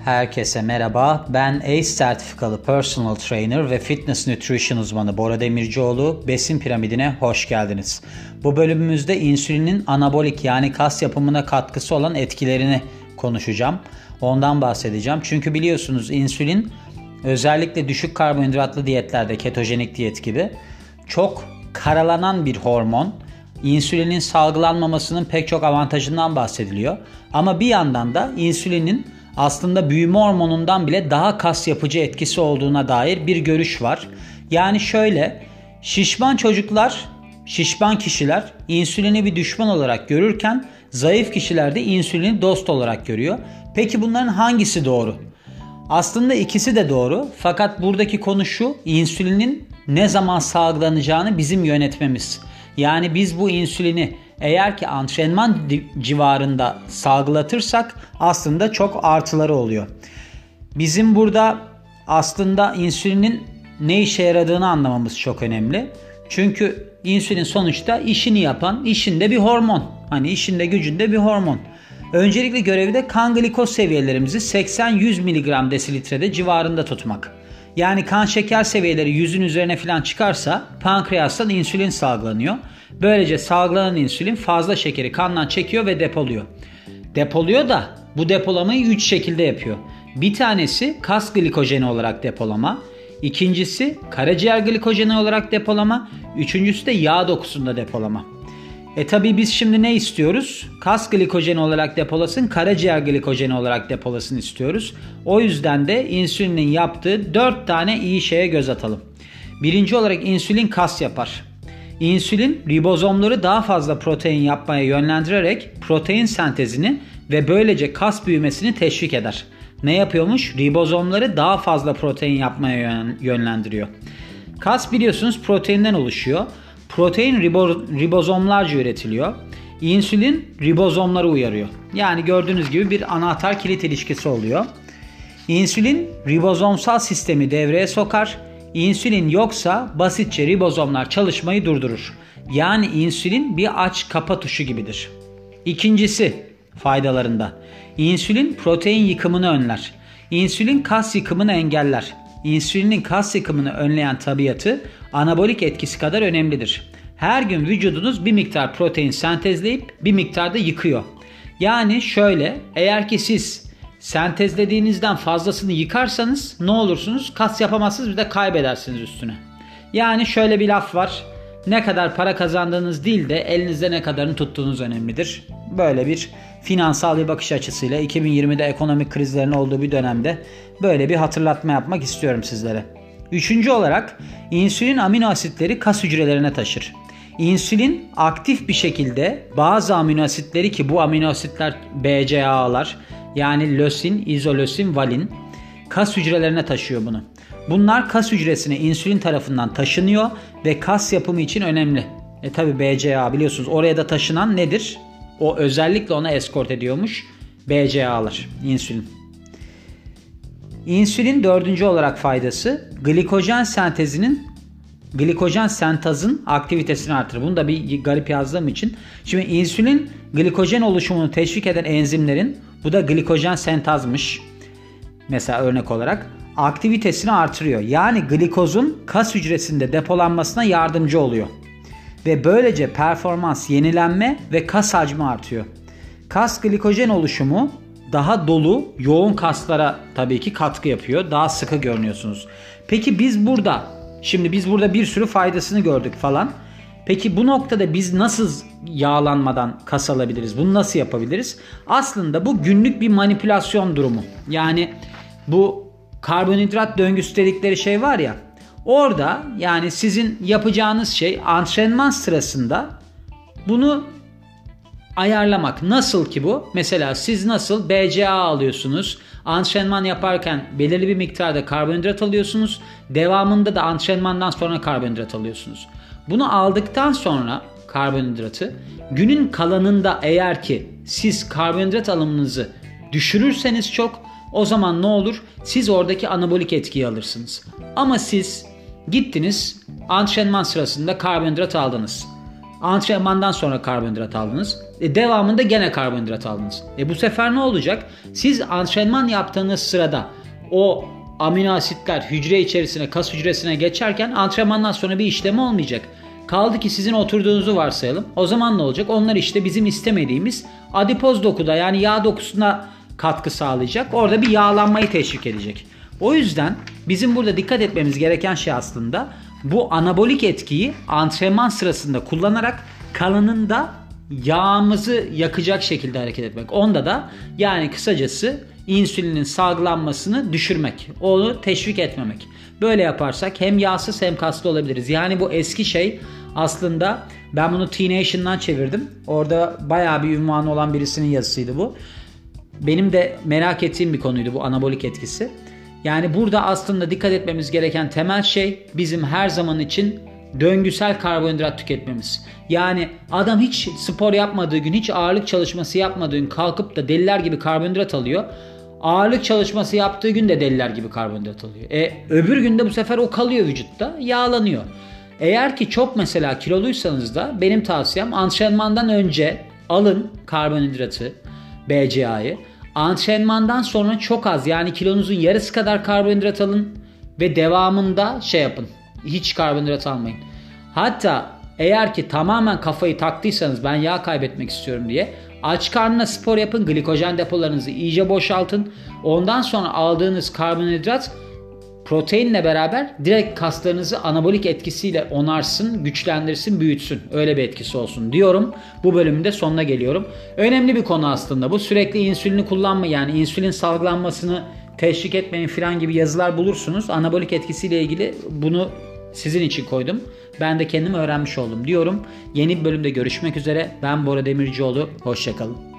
Herkese merhaba. Ben ACE sertifikalı personal trainer ve fitness nutrition uzmanı Bora Demircioğlu. Besin piramidine hoş geldiniz. Bu bölümümüzde insülinin anabolik yani kas yapımına katkısı olan etkilerini konuşacağım. Ondan bahsedeceğim. Çünkü biliyorsunuz insülin özellikle düşük karbonhidratlı diyetlerde, ketojenik diyet gibi çok karalanan bir hormon. İnsülinin salgılanmamasının pek çok avantajından bahsediliyor. Ama bir yandan da insülinin aslında büyüme hormonundan bile daha kas yapıcı etkisi olduğuna dair bir görüş var. Yani şöyle, şişman çocuklar, şişman kişiler insülini bir düşman olarak görürken zayıf kişiler de insülini dost olarak görüyor. Peki bunların hangisi doğru? Aslında ikisi de doğru. Fakat buradaki konu şu: insülinin ne zaman salgılanacağını bizim yönetmemiz. Yani biz bu insülini eğer ki antrenman civarında salgılatırsak aslında çok artıları oluyor. Bizim burada aslında insülinin ne işe yaradığını anlamamız çok önemli. Çünkü insülin sonuçta işini yapan, işinde bir hormon. Hani işinde gücünde bir hormon. Öncelikle görevi de kan glikoz seviyelerimizi 80-100 mg desilitrede civarında tutmak. Yani kan şeker seviyeleri 100'ün üzerine falan çıkarsa pankreastan insülin salgılanıyor. Böylece salgılanan insülin fazla şekeri kandan çekiyor ve depoluyor. Depoluyor da bu depolamayı 3 şekilde yapıyor. Bir tanesi kas glikojeni olarak depolama. İkincisi karaciğer glikojeni olarak depolama. Üçüncüsü de yağ dokusunda depolama. Tabi biz şimdi ne istiyoruz? Kas glikojeni olarak depolasın, karaciğer glikojeni olarak depolasın istiyoruz. O yüzden de insülinin yaptığı 4 tane iyi şeye göz atalım. Birinci olarak insülin kas yapar. İnsülin ribozomları daha fazla protein yapmaya yönlendirerek protein sentezini ve böylece kas büyümesini teşvik eder. Ne yapıyormuş? Ribozomları daha fazla protein yapmaya yönlendiriyor. Kas biliyorsunuz proteinden oluşuyor. Protein ribozomlarca üretiliyor. İnsülin ribozomları uyarıyor. Yani gördüğünüz gibi bir anahtar kilit ilişkisi oluyor. İnsülin ribozomsal sistemi devreye sokar. İnsülin yoksa basitçe ribozomlar çalışmayı durdurur. Yani insülin bir aç kapa tuşu gibidir. İkincisi faydalarında. İnsülin protein yıkımını önler. İnsülin kas yıkımını engeller. İnsülinin kas yıkımını önleyen tabiatı anabolik etkisi kadar önemlidir. Her gün vücudunuz bir miktar protein sentezleyip bir miktar da yıkıyor. Yani şöyle, eğer ki siz sentezlediğinizden fazlasını yıkarsanız ne olursunuz? Kas yapamazsınız, bir de kaybedersiniz üstüne. Yani şöyle bir laf var: ne kadar para kazandığınız değil de elinizde ne kadarını tuttuğunuz önemlidir. Böyle bir finansal bir bakış açısıyla 2020'de ekonomik krizlerin olduğu bir dönemde böyle bir hatırlatma yapmak istiyorum sizlere. Üçüncü olarak insülin amino asitleri kas hücrelerine taşır. İnsülin aktif bir şekilde bazı amino asitleri, ki bu amino asitler BCAA'lar, yani lösin, izolösin, valin, kas hücrelerine taşıyor bunu. Bunlar kas hücresine insülin tarafından taşınıyor ve kas yapımı için önemli. Tabi BCAA biliyorsunuz, oraya da taşınan nedir? O özellikle ona eskort ediyormuş BCAA'lar, insülin. İnsülin dördüncü olarak faydası glikojen sentazın aktivitesini artırır. Bunu da bir garip yazdığım için. Şimdi insülin glikojen oluşumunu teşvik eden enzimlerin, bu da glikojen sentazmış mesela örnek olarak, aktivitesini artırıyor. Yani glikozun kas hücresinde depolanmasına yardımcı oluyor. Ve böylece performans, yenilenme ve kas hacmi artıyor. Kas glikojen oluşumu daha dolu, yoğun kaslara tabii ki katkı yapıyor. Daha sıkı görünüyorsunuz. Peki biz burada bir sürü faydasını gördük falan. Peki bu noktada biz nasıl yağlanmadan kas alabiliriz? Bunu nasıl yapabiliriz? Aslında bu günlük bir manipülasyon durumu. Yani bu karbonhidrat döngüsü dedikleri şey var ya. Orada yani sizin yapacağınız şey antrenman sırasında bunu ayarlamak. Nasıl ki bu? Mesela siz nasıl BCAA alıyorsunuz? Antrenman yaparken belirli bir miktarda karbonhidrat alıyorsunuz. Devamında da antrenmandan sonra karbonhidrat alıyorsunuz. Bunu aldıktan sonra karbonhidratı günün kalanında eğer ki siz karbonhidrat alımınızı düşürürseniz çok, o zaman ne olur? Siz oradaki anabolik etkiyi alırsınız. Ama siz gittiniz antrenman sırasında karbonhidrat aldınız. Antrenmandan sonra karbonhidrat aldınız. Devamında gene karbonhidrat aldınız. Bu sefer ne olacak? Siz antrenman yaptığınız sırada o amino asitler hücre içerisine, kas hücresine geçerken antrenmandan sonra bir işlemi olmayacak. Kaldı ki sizin oturduğunuzu varsayalım. O zaman ne olacak? Onlar işte bizim istemediğimiz adipoz dokuda, yani yağ dokusuna katkı sağlayacak. Orada bir yağlanmayı teşvik edecek. O yüzden bizim burada dikkat etmemiz gereken şey aslında bu anabolik etkiyi antrenman sırasında kullanarak kalanında yağımızı yakacak şekilde hareket etmek. Onda da yani kısacası insülinin salgılanmasını düşürmek. Onu teşvik etmemek. Böyle yaparsak hem yağsız hem kaslı olabiliriz. Yani bu eski şey aslında, ben bunu T-Nation'dan çevirdim. Orada bayağı bir ünvanı olan birisinin yazısıydı bu. Benim de merak ettiğim bir konuydu bu anabolik etkisi. Yani burada aslında dikkat etmemiz gereken temel şey bizim her zaman için döngüsel karbonhidrat tüketmemiz. Yani adam hiç spor yapmadığı gün, hiç ağırlık çalışması yapmadığı gün kalkıp da deliler gibi karbonhidrat alıyor. Ağırlık çalışması yaptığı gün de deliler gibi karbonhidrat alıyor. Öbür günde bu sefer o kalıyor vücutta, yağlanıyor. Eğer ki çok mesela kiloluysanız da benim tavsiyem antrenmandan önce alın karbonhidratı, BCA'yı. Antrenmandan sonra çok az, yani kilonuzun yarısı kadar karbonhidrat alın ve devamında şey yapın. Hiç karbonhidrat almayın. Hatta eğer ki tamamen kafayı taktıysanız ben yağ kaybetmek istiyorum diye aç karnına spor yapın. Glikojen depolarınızı iyice boşaltın. Ondan sonra aldığınız karbonhidrat proteinle beraber direkt kaslarınızı anabolik etkisiyle onarsın, güçlendirsin, büyütsün. Öyle bir etkisi olsun diyorum. Bu bölümün de sonuna geliyorum. Önemli bir konu aslında bu. Sürekli insülini kullanma, yani insülin salgılanmasını teşvik etmeyin falan gibi yazılar bulursunuz. Anabolik etkisiyle ilgili bunu sizin için koydum. Ben de kendim öğrenmiş oldum diyorum. Yeni bir bölümde görüşmek üzere. Ben Bora Demircioğlu. Hoşça kalın.